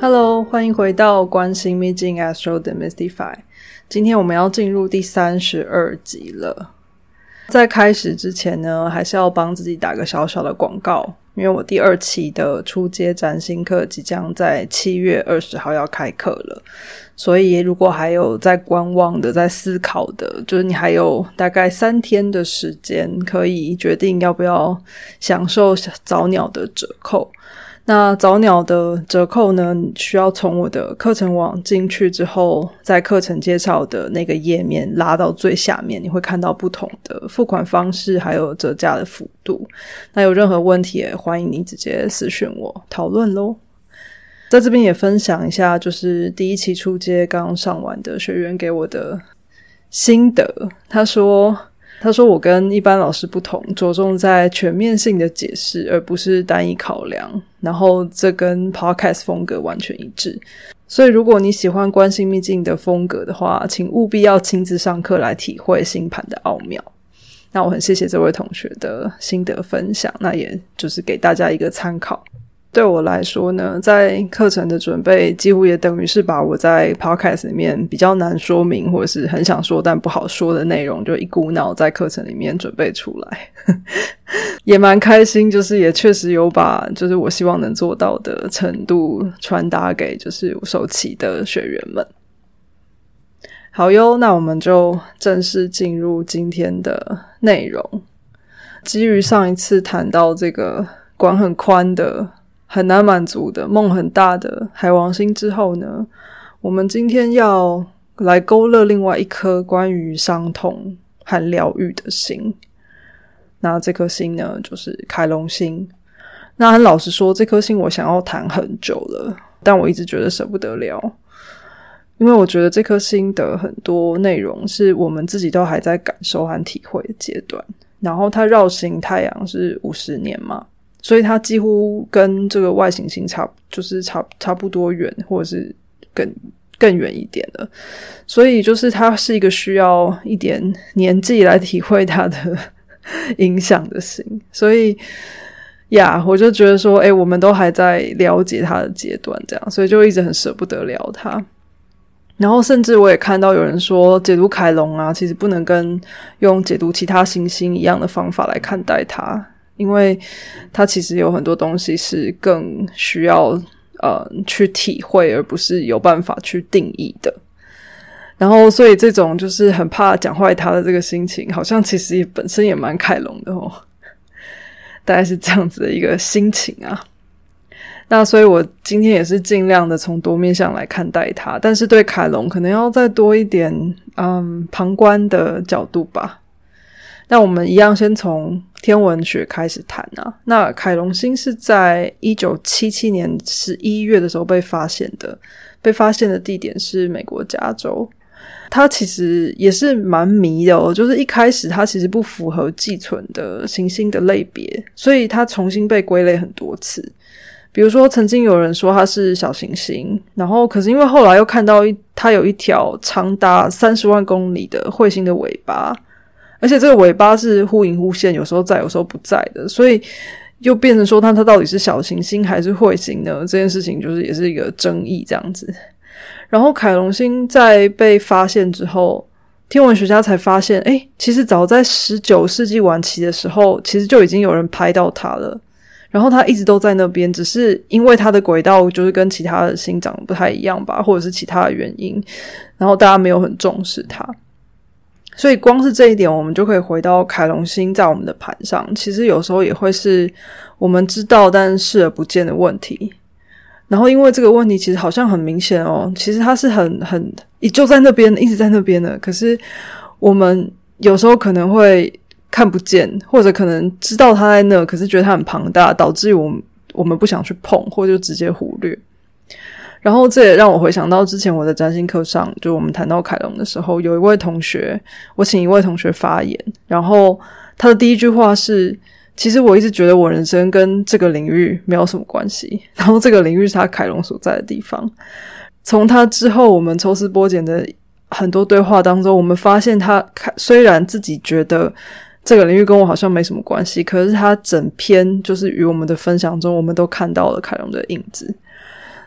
Hello， 欢迎回到关心秘境 Astro Demystify。今天我们要进入第32集了。在开始之前呢，还是要帮自己打个小小的广告，因为我第2期的初阶占星课即将在7月20号要开课了。所以如果还有在观望的，在思考的，就是你还有大概3天的时间可以决定要不要享受早鸟的折扣。那早鸟的折扣呢，需要从我的课程网进去之后，在课程介绍的那个页面拉到最下面，你会看到不同的付款方式还有折价的幅度。那有任何问题也欢迎你直接私讯我讨论咯。在这边也分享一下，就是第1期初阶刚上完的学员给我的心得。他说我跟一般老师不同，着重在全面性的解释而不是单一考量，然后这跟 podcast 风格完全一致。所以如果你喜欢关心秘境的风格的话，请务必要亲自上课来体会星盘的奥妙。那我很谢谢这位同学的心得分享，那也就是给大家一个参考。对我来说呢，在课程的准备几乎也等于是把我在 podcast 里面比较难说明或者是很想说但不好说的内容就一股脑在课程里面准备出来也蛮开心，就是也确实有把就是我希望能做到的程度传达给就是首期的学员们。好哟，那我们就正式进入今天的内容。基于上一次谈到这个管很宽的很难满足的梦很大的海王星之后呢，我们今天要来勾勒另外一颗关于伤痛和疗愈的星。那这颗星呢，就是凯龙星。那很老实说，这颗星我想要谈很久了，但我一直觉得舍不得聊，因为我觉得这颗星的很多内容是我们自己都还在感受和体会的阶段。然后它绕行太阳是50年嘛，所以它几乎跟这个外行星差不多远，或者是更远一点的。所以就是它是一个需要一点年纪来体会它的影响的星。所以我就觉得说我们都还在了解它的阶段这样，所以就一直很舍不得聊它。然后甚至我也看到有人说解读凯龙啊，其实不能跟用解读其他行星一样的方法来看待它，因为它其实有很多东西是更需要去体会，而不是有办法去定义的。然后所以这种就是很怕讲坏它的这个心情，好像其实本身也蛮凯龙的大概是这样子的一个心情啊。那所以我今天也是尽量的从多面向来看待它，但是对凯龙可能要再多一点旁观的角度吧。那我们一样先从天文学开始谈啊。那凯龙星是在1977年11月的时候被发现的地点是美国加州。它其实也是蛮迷的就是一开始它其实不符合寄存的行星的类别，所以它重新被归类很多次。比如说曾经有人说它是小行星，然后可是因为后来又看到它有一条长达30万公里的彗星的尾巴，而且这个尾巴是忽隐忽现，有时候在有时候不在的，所以又变成说它到底是小行星还是彗星呢？这件事情就是也是一个争议这样子。然后凯龙星在被发现之后，天文学家才发现其实早在19世纪晚期的时候，其实就已经有人拍到它了。然后它一直都在那边，只是因为它的轨道就是跟其他的星长得不太一样吧，或者是其他的原因，然后大家没有很重视它。所以光是这一点我们就可以回到凯龙星在我们的盘上，其实有时候也会是我们知道但视而不见的问题。然后因为这个问题其实好像很明显其实它是很就在那边，一直在那边的，可是我们有时候可能会看不见，或者可能知道它在那，可是觉得它很庞大，导致于我们不想去碰，或者就直接忽略。然后这也让我回想到之前我的占星课上，就我们谈到凯龙的时候，有一位同学，我请一位同学发言，然后他的第一句话是，其实我一直觉得我人生跟这个领域没有什么关系，然后这个领域是他凯龙所在的地方。从他之后我们抽丝剥茧的很多对话当中，我们发现他虽然自己觉得这个领域跟我好像没什么关系，可是他整篇就是与我们的分享中，我们都看到了凯龙的影子。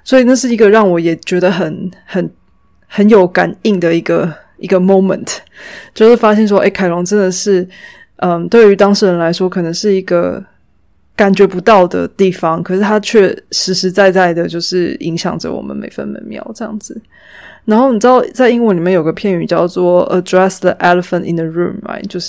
所以那是一个让我也觉得很有感应的一个 moment， 就是发现说凯龙真的是对于当事人来说可能是一个感觉不到的地方，可是它却实实在在的就是影响着我们每分每秒这样子。然后你知道在英文里面有个片语叫做 address the elephant in the room， right？ 就是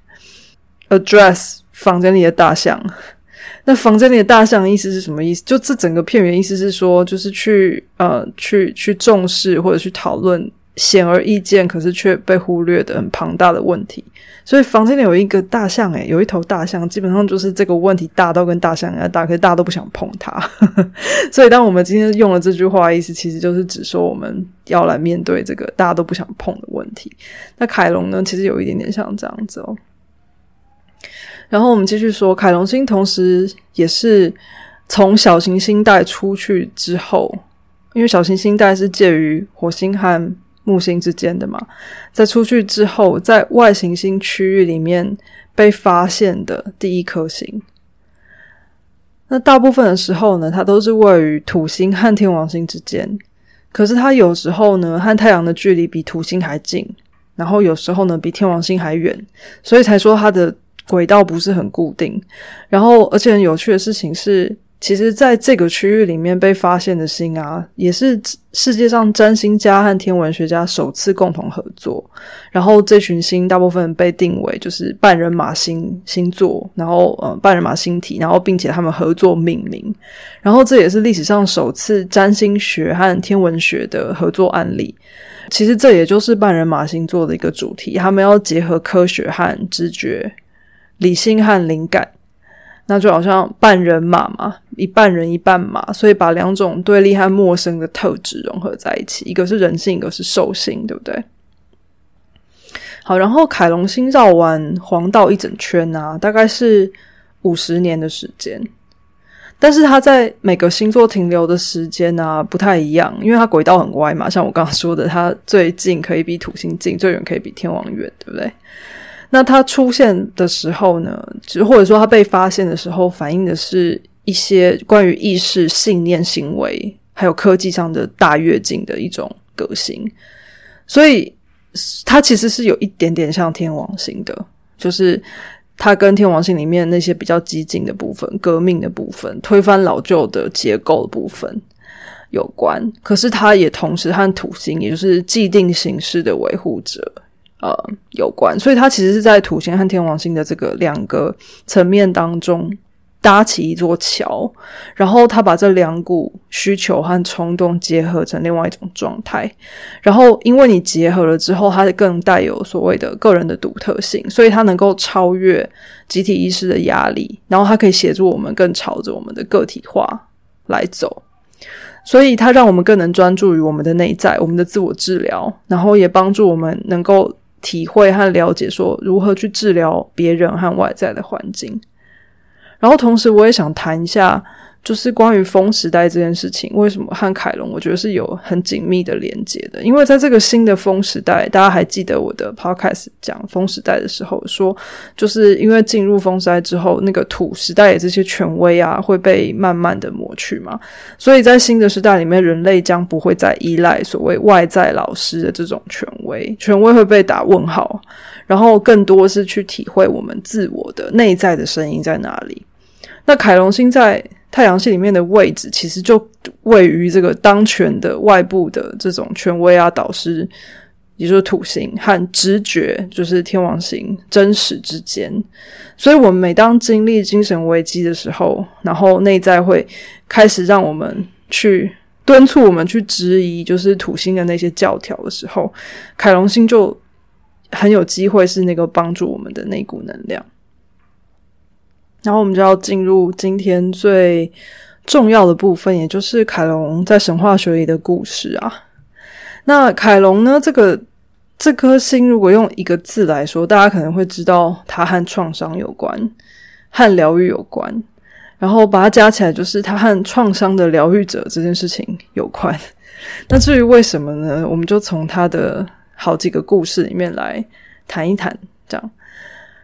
address 房间里的大象。那房间里的大象的意思是什么意思？就这整个片语的意思是说，就是去重视或者去讨论显而易见可是却被忽略的很庞大的问题。所以房间里有一个大象有一头大象，基本上就是这个问题大到跟大象一样大，可是大家都不想碰它所以当我们今天用了这句话的意思，其实就是指说我们要来面对这个大家都不想碰的问题。那凯龙呢，其实有一点点像这样子哦。然后我们继续说，凯龙星同时也是从小行星带出去之后，因为小行星带是介于火星和木星之间的嘛，在出去之后在外行星区域里面被发现的第一颗星。那大部分的时候呢，它都是位于土星和天王星之间，可是它有时候呢和太阳的距离比土星还近，然后有时候呢比天王星还远，所以才说它的轨道不是很固定。然后而且很有趣的事情是，其实在这个区域里面被发现的星啊，也是世界上占星家和天文学家首次共同合作。然后这群星大部分被定为就是半人马星座，然后半人马星体，然后并且他们合作命名。然后这也是历史上首次占星学和天文学的合作案例。其实这也就是半人马星座的一个主题，他们要结合科学和直觉，理性和灵感。那就好像半人马嘛，一半人一半马，所以把两种对立和陌生的特质融合在一起，一个是人性，一个是兽性，对不对？好，然后凯龙星绕完黄道一整圈啊，大概是50年的时间，但是它在每个星座停留的时间啊不太一样，因为它轨道很歪嘛，像我刚刚说的，它最近可以比土星近，最远可以比天王远，对不对？那它出现的时候呢，或者说它被发现的时候，反映的是一些关于意识、信念、行为还有科技上的大跃进的一种革新。所以它其实是有一点点像天王星的，就是它跟天王星里面那些比较激进的部分、革命的部分、推翻老旧的结构的部分有关。可是它也同时和土星，也就是既定形式的维护者有关，所以它其实是在土星和天王星的这个两个层面当中搭起一座桥，然后它把这两股需求和冲动结合成另外一种状态，然后因为你结合了之后，它更带有所谓的个人的独特性，所以它能够超越集体意识的压力，然后它可以协助我们更朝着我们的个体化来走。所以它让我们更能专注于我们的内在，我们的自我治疗，然后也帮助我们能够体会和了解说如何去治疗别人和外在的环境。然后同时我也想谈一下就是关于风时代这件事情，为什么和凯龙我觉得是有很紧密的连接的。因为在这个新的风时代，大家还记得我的 podcast 讲风时代的时候说，就是因为进入风时代之后，那个土时代的这些权威啊会被慢慢的抹去嘛，所以在新的时代里面，人类将不会再依赖所谓外在老师的这种权威，权威会被打问号，然后更多是去体会我们自我的内在的声音在哪里。那凯龙星在太阳系里面的位置其实就位于这个当权的外部的这种权威啊导师，也就是土星，和直觉就是天王星真实之间。所以我们每当经历精神危机的时候，然后内在会开始让我们去敦促我们去质疑就是土星的那些教条的时候，凯龙星就很有机会是那个帮助我们的那股能量。然后我们就要进入今天最重要的部分，也就是凯龙在神话学里的故事啊。那凯龙呢，这颗星如果用一个字来说，大家可能会知道它和创伤有关，和疗愈有关，然后把它加起来就是它和创伤的疗愈者这件事情有关。那至于为什么呢，我们就从它的好几个故事里面来谈一谈这样。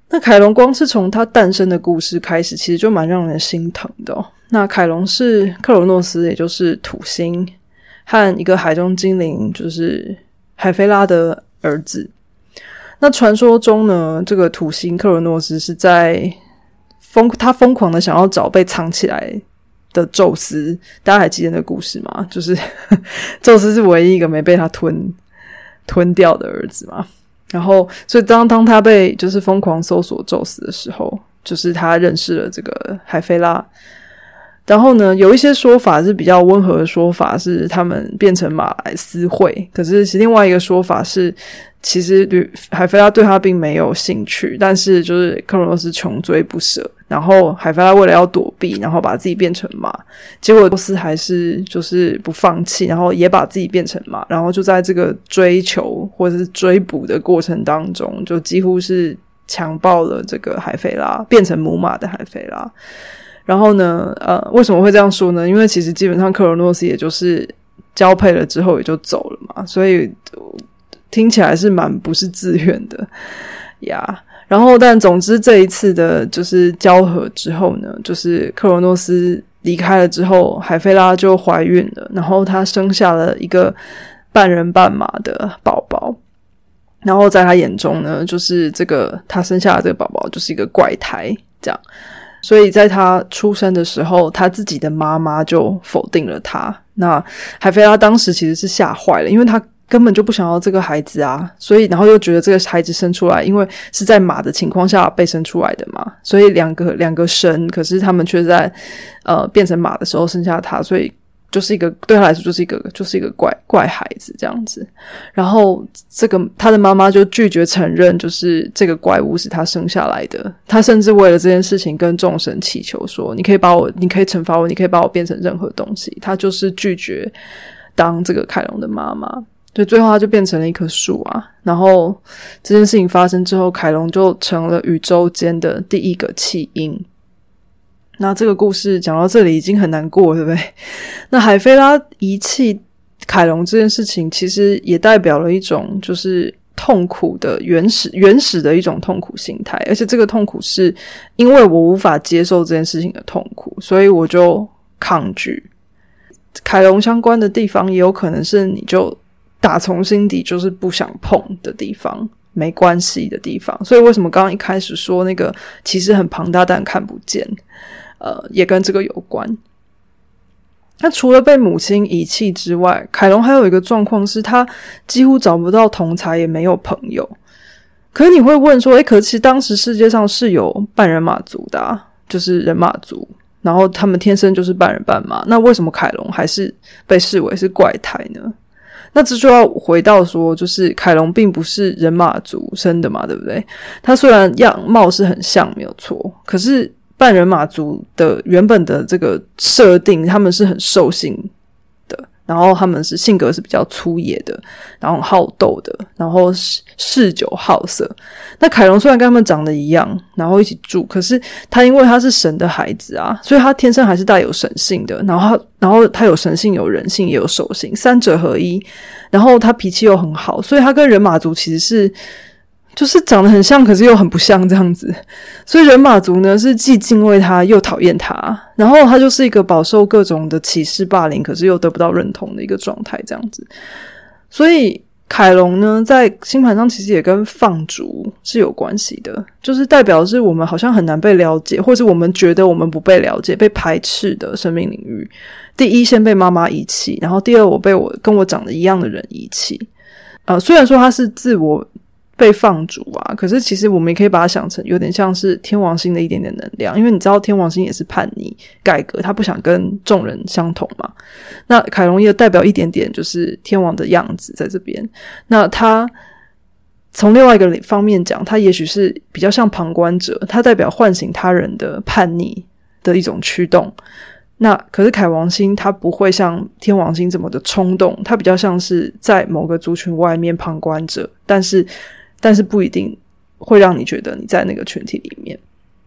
那凯龙光是从他诞生的故事开始，其实就蛮让人心疼的哦。那凯龙是克罗诺斯，也就是土星，和一个海中精灵，就是海菲拉的儿子。那传说中呢，这个土星克罗诺斯是在他疯狂的想要找被藏起来的宙斯，大家还记得那个故事吗？就是宙斯是唯一一个没被他吞掉的儿子嘛。然后所以当他被就是疯狂搜索宙斯的时候，就是他认识了这个海菲拉。然后呢，有一些说法是比较温和的说法，是他们变成马来私会，可是另外一个说法是其实海菲拉对他并没有兴趣，但是就是克罗诺斯穷追不舍，然后海菲拉为了要躲避，然后把自己变成马，结果宙斯还是就是不放弃，然后也把自己变成马，然后就在这个追求或者是追捕的过程当中，就几乎是强暴了这个海菲拉，变成母马的海菲拉。然后呢为什么会这样说呢？因为其实基本上克罗诺斯也就是交配了之后也就走了嘛，所以听起来是蛮不是自愿的呀。然后但总之这一次的就是交合之后呢，就是克罗诺斯离开了之后，海菲拉就怀孕了，然后她生下了一个半人半马的宝宝。然后在她眼中呢，就是她生下的这个宝宝就是一个怪胎这样。所以在他出生的时候，他自己的妈妈就否定了他。那海菲拉当时其实是吓坏了，因为他根本就不想要这个孩子啊，所以然后又觉得这个孩子生出来，因为是在马的情况下被生出来的嘛，所以两个生，可是他们却在变成马的时候生下他，所以就是一个对他来说就是一个怪孩子这样子。然后他的妈妈就拒绝承认就是这个怪物是他生下来的，他甚至为了这件事情跟众神祈求说你可以惩罚我，你可以把我变成任何东西，他就是拒绝当这个凯龙的妈妈。所以最后他就变成了一棵树啊。然后这件事情发生之后，凯龙就成了宇宙间的第一个弃婴。那这个故事讲到这里已经很难过，对不对？那海菲拉遗弃凯龙这件事情其实也代表了一种就是痛苦的原始的一种痛苦心态，而且这个痛苦是因为我无法接受这件事情的痛苦，所以我就抗拒。凯龙相关的地方也有可能是你就打从心底就是不想碰的地方，没关系的地方。所以为什么刚刚一开始说那个其实很庞大但看不见，也跟这个有关。那除了被母亲遗弃之外，凯龙还有一个状况是他几乎找不到同侪，也没有朋友。可是你会问说可是其实当时世界上是有半人马族的就是人马族，然后他们天生就是半人半马，那为什么凯龙还是被视为是怪胎呢？那这就要回到说就是凯龙并不是人马族生的嘛，对不对？他虽然样貌是很像没有错，可是半人马族的原本的这个设定，他们是很兽性的，然后他们是性格是比较粗野的，然后好斗的，然后嗜酒好色。那凯龙虽然跟他们长得一样，然后一起住，可是他因为他是神的孩子啊，所以他天生还是带有神性的，然后他有神性有人性也有兽性，三者合一，然后他脾气又很好，所以他跟人马族其实是就是长得很像可是又很不像这样子。所以人马族呢是既敬畏他又讨厌他，然后他就是一个饱受各种的歧视霸凌可是又得不到认同的一个状态这样子。所以凯龙呢在星盘上其实也跟放逐是有关系的，就是代表是我们好像很难被了解，或是我们觉得我们不被了解被排斥的生命领域。第一先被妈妈遗弃，然后第二我被跟我长得一样的人遗弃。虽然说他是自我被放逐可是其实我们也可以把它想成有点像是天王星的一点点能量，因为你知道天王星也是叛逆改革，他不想跟众人相同嘛。那凯龙也代表一点点就是天王的样子在这边。那他从另外一个方面讲，他也许是比较像旁观者，他代表唤醒他人的叛逆的一种驱动。那可是凯王星它不会像天王星这么的冲动，它比较像是在某个族群外面旁观者，但是不一定会让你觉得你在那个群体里面。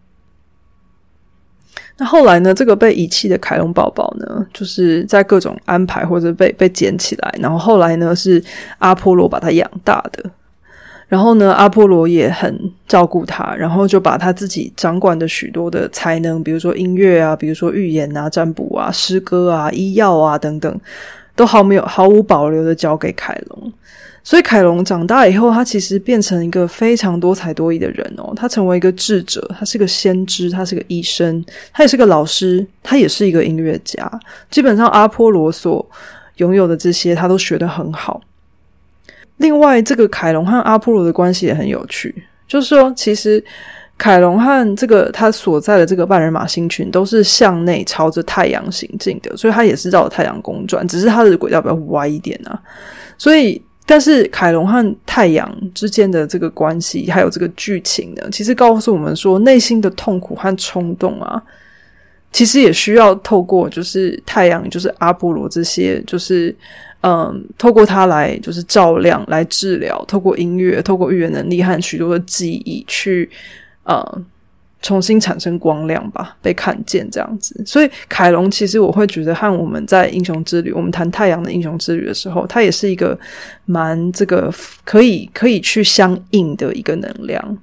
那后来呢，这个被遗弃的凯龙宝宝呢，就是在各种安排或者被捡起来，然后后来呢是阿波罗把他养大的。 然后呢，阿波罗也很照顾他，然后就把他自己掌管的许多的才能，比如说音乐啊，比如说预言啊、占卜啊、诗歌啊、医药啊等等，都毫无保留的交给凯龙。所以凯龙长大以后，他其实变成一个非常多才多艺的人哦。他成为一个智者，他是个先知，他是个医生，他也是个老师，他也是一个音乐家。基本上阿波罗所拥有的这些，他都学得很好。另外，这个凯龙和阿波罗的关系也很有趣，就是说，其实凯龙和这个他所在的这个半人马星群都是向内朝着太阳行进的，所以他也是绕着太阳公转，只是他的轨道比较歪一点啊。所以，但是凯龙和太阳之间的这个关系，还有这个剧情呢，其实告诉我们说，内心的痛苦和冲动啊，其实也需要透过就是太阳，就是阿波罗这些，就是透过它来就是照亮，来治疗，透过音乐，透过预言能力和许多的记忆去重新产生光亮吧，被看见这样子。所以凯龙其实我会觉得和我们在英雄之旅，我们谈太阳的英雄之旅的时候，它也是一个蛮这个可以去相应的一个能量。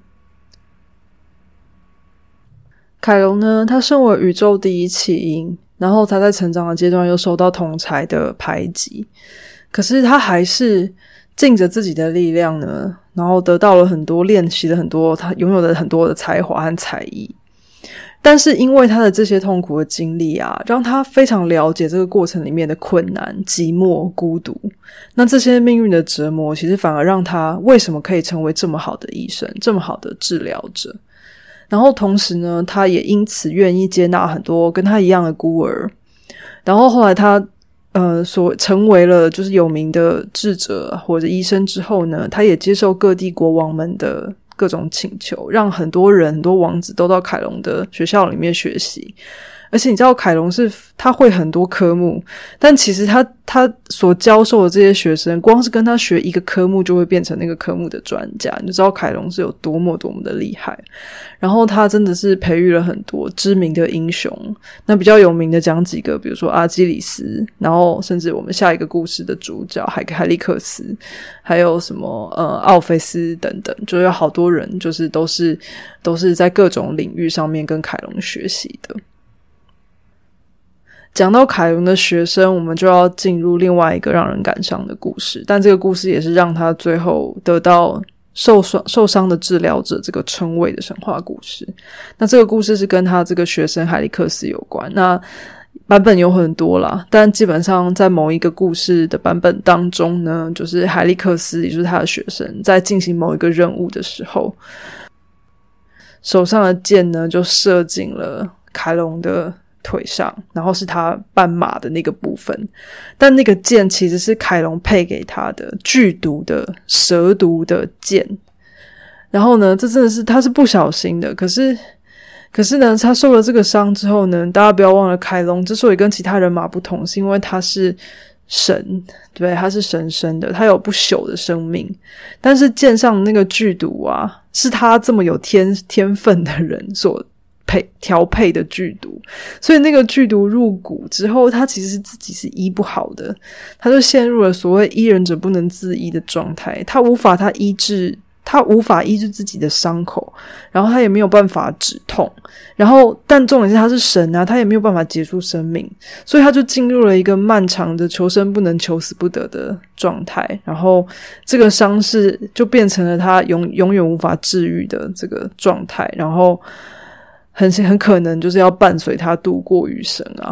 凯龙呢，他身为宇宙第一弃婴，然后他在成长的阶段又受到同侪的排挤，可是他还是尽着自己的力量呢，然后得到了很多，练习了很多，他拥有了很多的才华和才艺。但是因为他的这些痛苦的经历啊，让他非常了解这个过程里面的困难、寂寞、孤独。那这些命运的折磨，其实反而让他为什么可以成为这么好的医生，这么好的治疗者。然后同时呢，他也因此愿意接纳很多跟他一样的孤儿。然后后来他所成为了就是有名的智者或者医生之后呢，他也接受各地国王们的各种请求，让很多人很多王子都到凯龙的学校里面学习。而且你知道凯龙他会很多科目，但其实他所教授的这些学生，光是跟他学一个科目就会变成那个科目的专家，你就知道凯龙是有多么多么的厉害。然后他真的是培育了很多知名的英雄，那比较有名的讲几个，比如说阿基里斯，然后甚至我们下一个故事的主角海利克斯，还有什么奥菲斯等等，就有好多人就是都是在各种领域上面跟凯龙学习的。讲到凯龙的学生，我们就要进入另外一个让人感伤的故事，但这个故事也是让他最后得到受伤的治疗者这个称谓的神话故事。那这个故事是跟他这个学生海利克斯有关，那版本有很多啦，但基本上在某一个故事的版本当中呢，就是海利克斯也就是他的学生在进行某一个任务的时候，手上的箭呢就射进了凯龙的腿上，然后是他斑马的那个部分，但那个箭其实是凯龙配给他的剧毒的蛇毒的箭。然后呢，这真的是他是不小心的，可是呢，他受了这个伤之后呢，大家不要忘了，凯龙之所以跟其他人马不同，是因为他是神，对，他是神生的，他有不朽的生命。但是箭上那个剧毒啊，是他这么有天分的人所调配的剧毒，所以那个剧毒入骨之后，他其实自己是医不好的，他就陷入了所谓医人者不能自医的状态，他无法医治自己的伤口，然后他也没有办法止痛，然后但重点是他是神啊，他也没有办法结束生命，所以他就进入了一个漫长的求生不能求死不得的状态，然后这个伤势就变成了他永远无法治愈的这个状态，然后很可能就是要伴随他度过余生啊。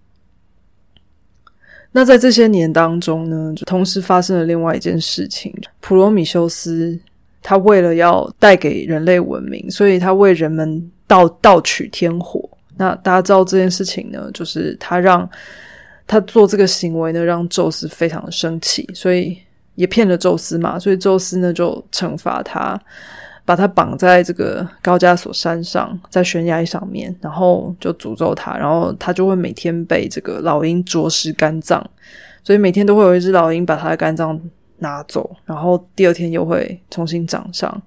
那在这些年当中呢，就同时发生了另外一件事情，普罗米修斯他为了要带给人类文明，所以他为人们盗取天火。那大家知道这件事情呢，就是他做这个行为呢，让宙斯非常的生气，所以也骗了宙斯嘛，所以宙斯呢就惩罚他，把他绑在这个高加索山上，在悬崖上面，然后就诅咒他，然后他就会每天被这个老鹰啄食肝脏，所以每天都会有一只老鹰把他的肝脏拿走，然后第二天又会重新长上。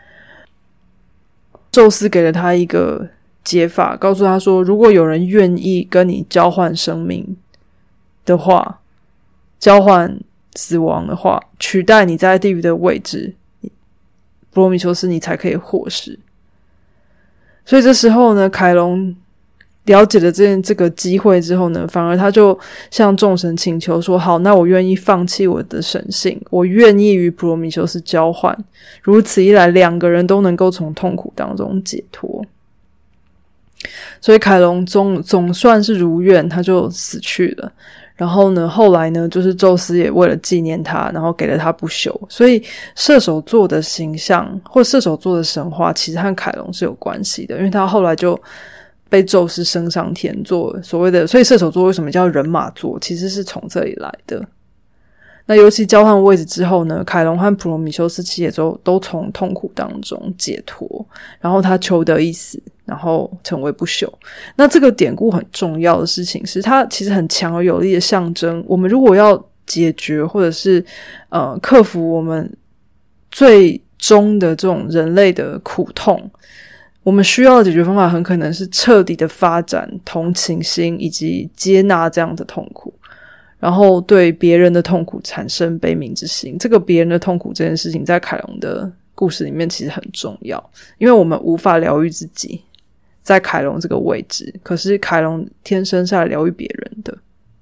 宙斯给了他一个解法，告诉他说，如果有人愿意跟你交换生命的话，交换死亡的话，取代你在地狱的位置， 普罗米修斯你才可以获释。所以这时候呢，凯龙了解了这个机会之后呢，反而他就向众神请求说，好，那我愿意放弃我的神性，我愿意与普罗米修斯交换，如此一来两个人都能够从痛苦当中解脱。所以凯龙总算是如愿，他就死去了。然后呢，后来呢，就是宙斯也为了纪念他，然后给了他不朽。所以射手座的形象或射手座的神话其实和凯龙是有关系的，因为他后来就被宙斯升上天做所谓的，所以射手座为什么叫人马座，其实是从这里来的。那尤其交换位置之后呢，凯龙和普罗米修斯其实都从痛苦当中解脱，然后他求得一死，然后成为不朽。那这个典故很重要的事情是，它其实很强而有力的象征，我们如果要解决或者是克服我们最终的这种人类的苦痛，我们需要的解决方法很可能是彻底的发展同情心以及接纳这样的痛苦，然后对别人的痛苦产生悲悯之心。这个别人的痛苦这件事情在凯龙的故事里面其实很重要，因为我们无法疗愈自己在凯龙这个位置，可是凯龙天生是来疗愈别人的。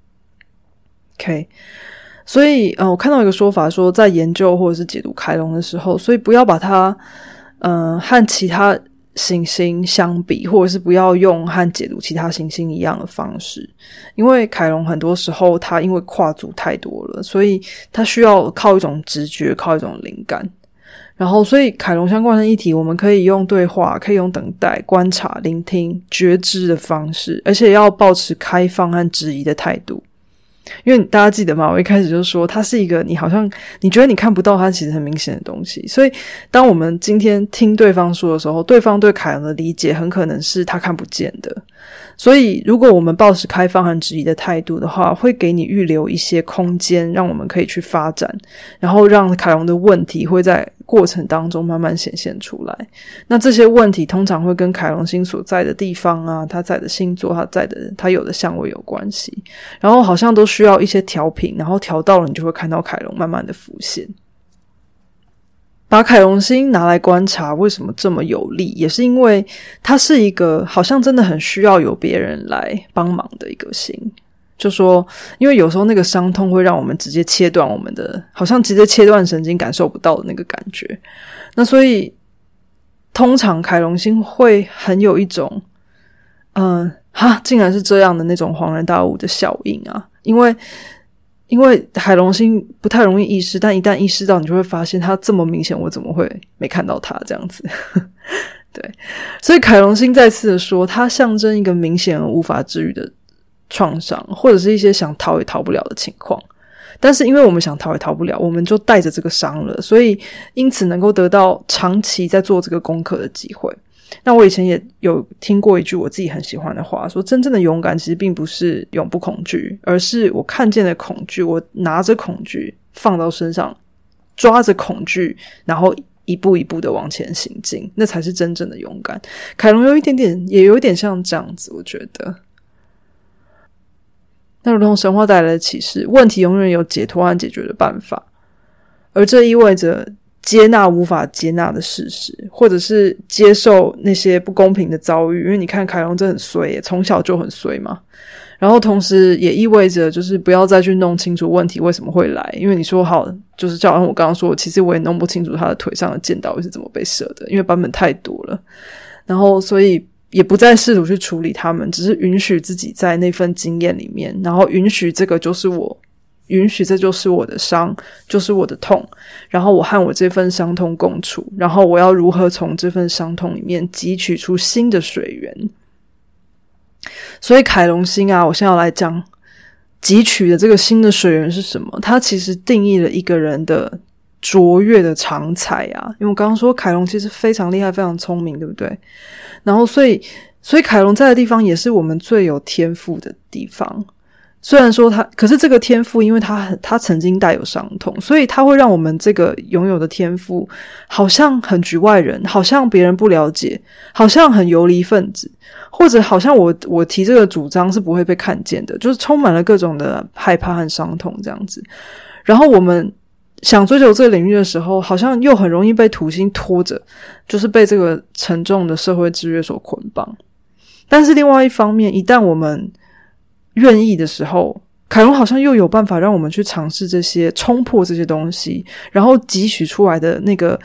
OK， 所以我看到一个说法说，在研究或者是解读凯龙的时候，所以不要把它和其他行星相比，或者是不要用和解读其他行星一样的方式，因为凯龙很多时候他因为跨组太多了，所以他需要靠一种直觉，靠一种灵感。然后所以凯龙相关的议题我们可以用对话，可以用等待、观察、聆听、觉知的方式，而且要保持开放和质疑的态度。因为大家记得吗，我一开始就说它是一个你好像你觉得你看不到它其实很明显的东西，所以当我们今天听对方说的时候，对方对凯龙的理解很可能是他看不见的。所以如果我们抱持开放和质疑的态度的话，会给你预留一些空间让我们可以去发展，然后让凯龙的问题会在过程当中慢慢显现出来。那这些问题通常会跟凯龙星所在的地方啊，他在的星座，他有的相位有关系，然后好像都需要一些调频，然后调到了你就会看到凯龙慢慢的浮现。把凯龙星拿来观察为什么这么有力，也是因为它是一个好像真的很需要有别人来帮忙的一个星。就说因为有时候那个伤痛会让我们直接切断我们的，好像直接切断神经感受不到的那个感觉，那所以通常凯龙星会很有一种竟然是这样的那种恍然大悟的效应啊。因为凯龙星不太容易意识，但一旦意识到，你就会发现它这么明显，我怎么会没看到它这样子对，所以凯龙星再次的说，它象征一个明显而无法治愈的创伤，或者是一些想逃也逃不了的情况。但是因为我们想逃也逃不了，我们就带着这个伤了，所以因此能够得到长期在做这个功课的机会。那我以前也有听过一句我自己很喜欢的话，说真正的勇敢其实并不是永不恐惧，而是我看见了恐惧，我拿着恐惧放到身上，抓着恐惧，然后一步一步的往前行进，那才是真正的勇敢。凯龙也有一点像这样子，我觉得。那如同神话带来的启示，问题永远有解脱和解决的办法，而这意味着接纳无法接纳的事实，或者是接受那些不公平的遭遇。因为你看凯龙真的很衰耶，从小就很衰嘛。然后同时也意味着就是不要再去弄清楚问题为什么会来，因为你说好，就是就好像我刚刚说，其实我也弄不清楚他的腿上的剑到底是怎么被射的，因为版本太多了。然后所以也不再试图去处理他们，只是允许自己在那份经验里面，然后允许这个就是我，允许这就是我的伤，就是我的痛，然后我和我这份伤痛共处，然后我要如何从这份伤痛里面汲取出新的水源。所以凯龙星啊，我现在要来讲汲取的这个新的水源是什么。它其实定义了一个人的卓越的长才啊，因为我刚刚说凯龙其实非常厉害，非常聪明，对不对？然后所以凯龙在的地方也是我们最有天赋的地方。虽然说可是这个天赋因为他曾经带有伤痛，所以他会让我们这个拥有的天赋好像很局外人，好像别人不了解，好像很游离分子，或者好像我提这个主张是不会被看见的，就是充满了各种的害怕和伤痛这样子。然后我们想追求这个领域的时候，好像又很容易被土星拖着，就是被这个沉重的社会制约所捆绑。但是另外一方面，一旦我们愿意的时候，凯龙好像又有办法让我们去尝试这些，冲破这些东西，然后汲取出来的那个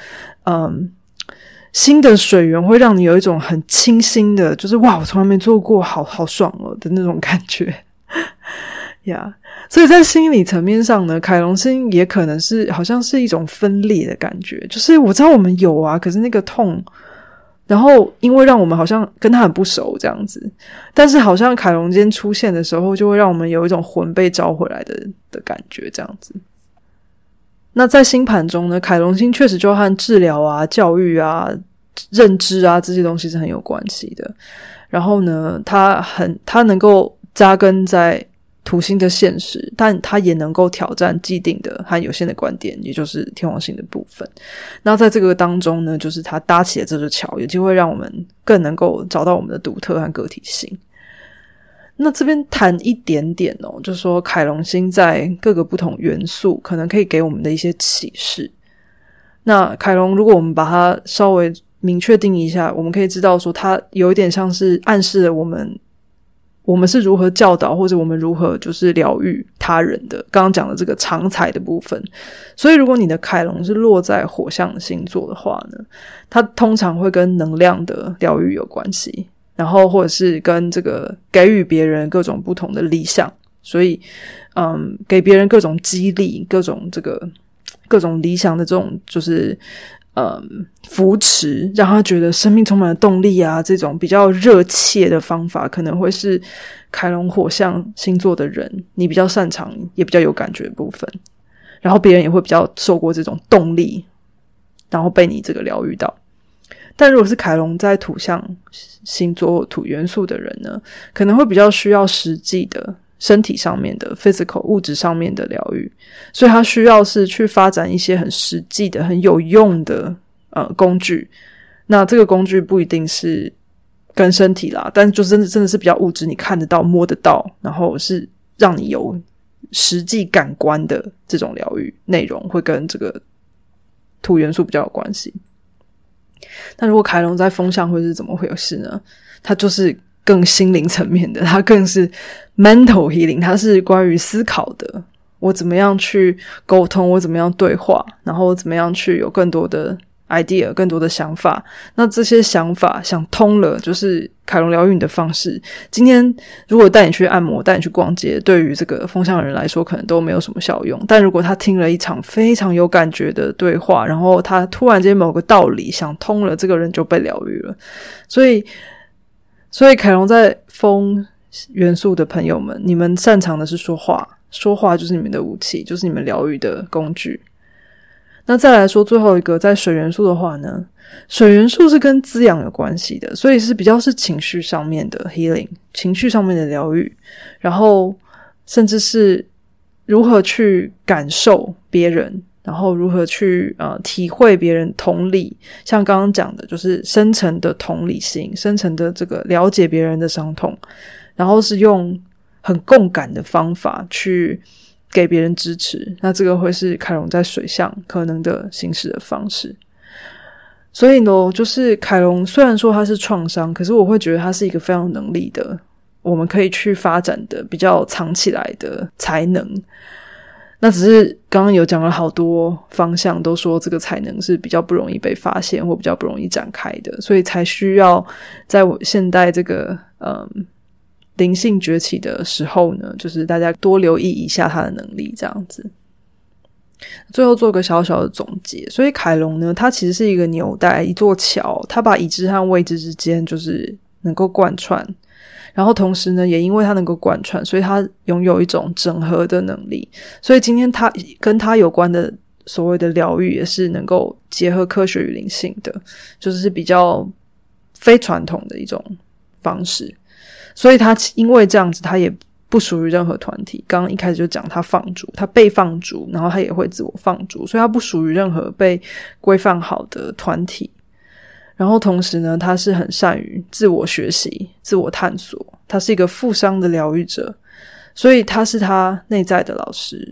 新的水源会让你有一种很清新的，就是哇我从来没做过，好爽哦的那种感觉呀。所以在心理层面上呢，凯龙星也可能是好像是一种分裂的感觉，就是我知道我们有啊，可是那个痛，然后因为让我们好像跟他很不熟这样子，但是好像凯龙今天出现的时候，就会让我们有一种魂被召回来的感觉这样子。那在星盘中呢，凯龙星确实就和治疗啊、教育啊、认知啊这些东西是很有关系的。然后呢，它能够扎根在土星的现实，但它也能够挑战既定的和有限的观点，也就是天王星的部分。那在这个当中呢，就是它搭起了这座桥，有机会让我们更能够找到我们的独特和个体性。那这边谈一点点就是说凯龙星在各个不同元素可能可以给我们的一些启示。那凯龙如果我们把它稍微明确定义一下，我们可以知道说它有一点像是暗示了我们是如何教导，或者我们如何就是疗愈他人的，刚刚讲的这个常才的部分。所以如果你的凯龙是落在火象星座的话呢，它通常会跟能量的疗愈有关系，然后或者是跟这个给予别人各种不同的理想，所以给别人各种激励，各种理想的这种就是扶持，让他觉得生命充满了动力啊，这种比较热切的方法可能会是凯龙火象星座的人你比较擅长也比较有感觉的部分，然后别人也会比较受过这种动力，然后被你这个疗愈到。但如果是凯龙在土象星座土元素的人呢，可能会比较需要实际的身体上面的 physical 物质上面的疗愈，所以他需要是去发展一些很实际的很有用的工具。那这个工具不一定是跟身体啦，但就真的是比较物质，你看得到摸得到，然后是让你有实际感官的这种疗愈内容，会跟这个土元素比较有关系。但如果凯龙在风象会是怎么回事呢？它就是更心灵层面的，它更是 mental healing， 它是关于思考的，我怎么样去沟通，我怎么样对话，然后怎么样去有更多的 idea， 更多的想法。那这些想法想通了，就是凯龙疗愈你的方式。今天如果带你去按摩，带你去逛街，对于这个风象人来说可能都没有什么效用，但如果他听了一场非常有感觉的对话，然后他突然间某个道理想通了，这个人就被疗愈了。所以凯龙在风元素的朋友们，你们擅长的是说话，说话就是你们的武器，就是你们疗愈的工具。那再来说最后一个，在水元素的话呢，水元素是跟滋养有关系的，所以是比较是情绪上面的 healing， 情绪上面的疗愈，然后甚至是如何去感受别人，然后如何去体会别人同理，像刚刚讲的就是深层的同理心，深层的这个了解别人的伤痛，然后是用很共感的方法去给别人支持。那这个会是凯龙在水象可能的行事的方式。所以呢，就是凯龙虽然说它是创伤，可是我会觉得它是一个非常有能力的，我们可以去发展的比较藏起来的才能。那只是刚刚有讲了好多方向，都说这个才能是比较不容易被发现或比较不容易展开的，所以才需要在现代这个灵性崛起的时候呢，就是大家多留意一下他的能力这样子。最后做个小小的总结，所以凯龙呢，它其实是一个纽带，一座桥，它把已知和未知之间就是能够贯穿，然后同时呢也因为它能够贯穿，所以它拥有一种整合的能力。所以今天它跟它有关的所谓的疗愈也是能够结合科学与灵性的，就是比较非传统的一种方式。所以它因为这样子，它也不属于任何团体，刚刚一开始就讲它放逐，它被放逐，然后它也会自我放逐，所以它不属于任何被规范好的团体。然后同时呢，他是很善于自我学习、自我探索，他是一个负伤的疗愈者，所以他是他内在的老师，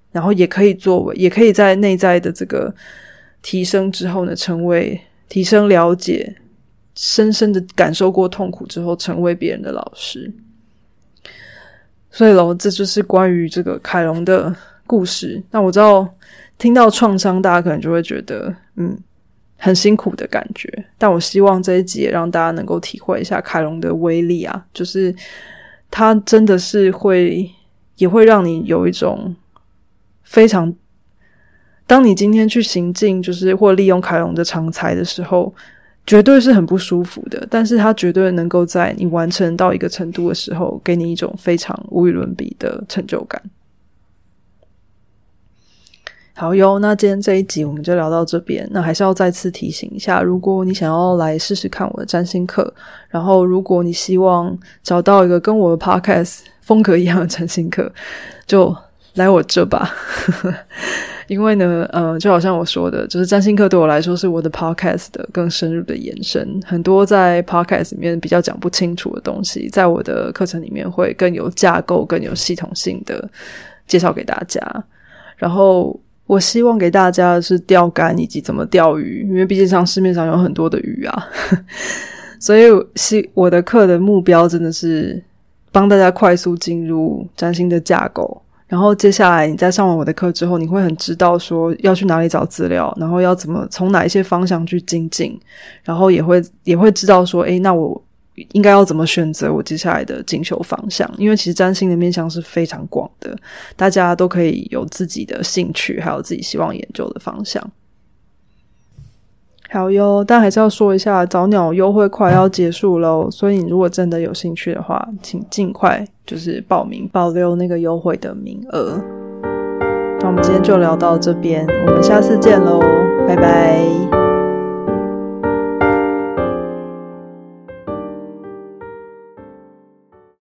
然后也可以在内在的这个提升之后呢，提升了解，深深的感受过痛苦之后，成为别人的老师。所以这就是关于这个凯龙的故事。那我知道听到创伤，大家可能就会觉得很辛苦的感觉，但我希望这一集也让大家能够体会一下凯龙的威力啊，就是他真的是也会让你有一种非常，当你今天去行进就是或利用凯龙的长才的时候，绝对是很不舒服的，但是他绝对能够在你完成到一个程度的时候，给你一种非常无与伦比的成就感。好哟，那今天这一集我们就聊到这边。那还是要再次提醒一下，如果你想要来试试看我的占星课，然后如果你希望找到一个跟我的 podcast 风格一样的占星课，就来我这吧。因为呢就好像我说的，就是占星课对我来说是我的 podcast 的更深入的延伸，很多在 podcast 里面比较讲不清楚的东西，在我的课程里面会更有架构更有系统性的介绍给大家。然后我希望给大家的是钓竿以及怎么钓鱼，因为毕竟上市面上有很多的鱼啊。所以我的课的目标真的是帮大家快速进入占星的架构，然后接下来你在上完我的课之后，你会很知道说要去哪里找资料，然后要怎么从哪一些方向去精进，然后也会知道说那我应该要怎么选择我接下来的进修方向。因为其实占星的面向是非常广的，大家都可以有自己的兴趣还有自己希望研究的方向。好哟，但还是要说一下，早鸟优惠快要结束咯，所以你如果真的有兴趣的话，请尽快就是报名，保留那个优惠的名额。那我们今天就聊到这边，我们下次见咯，拜拜。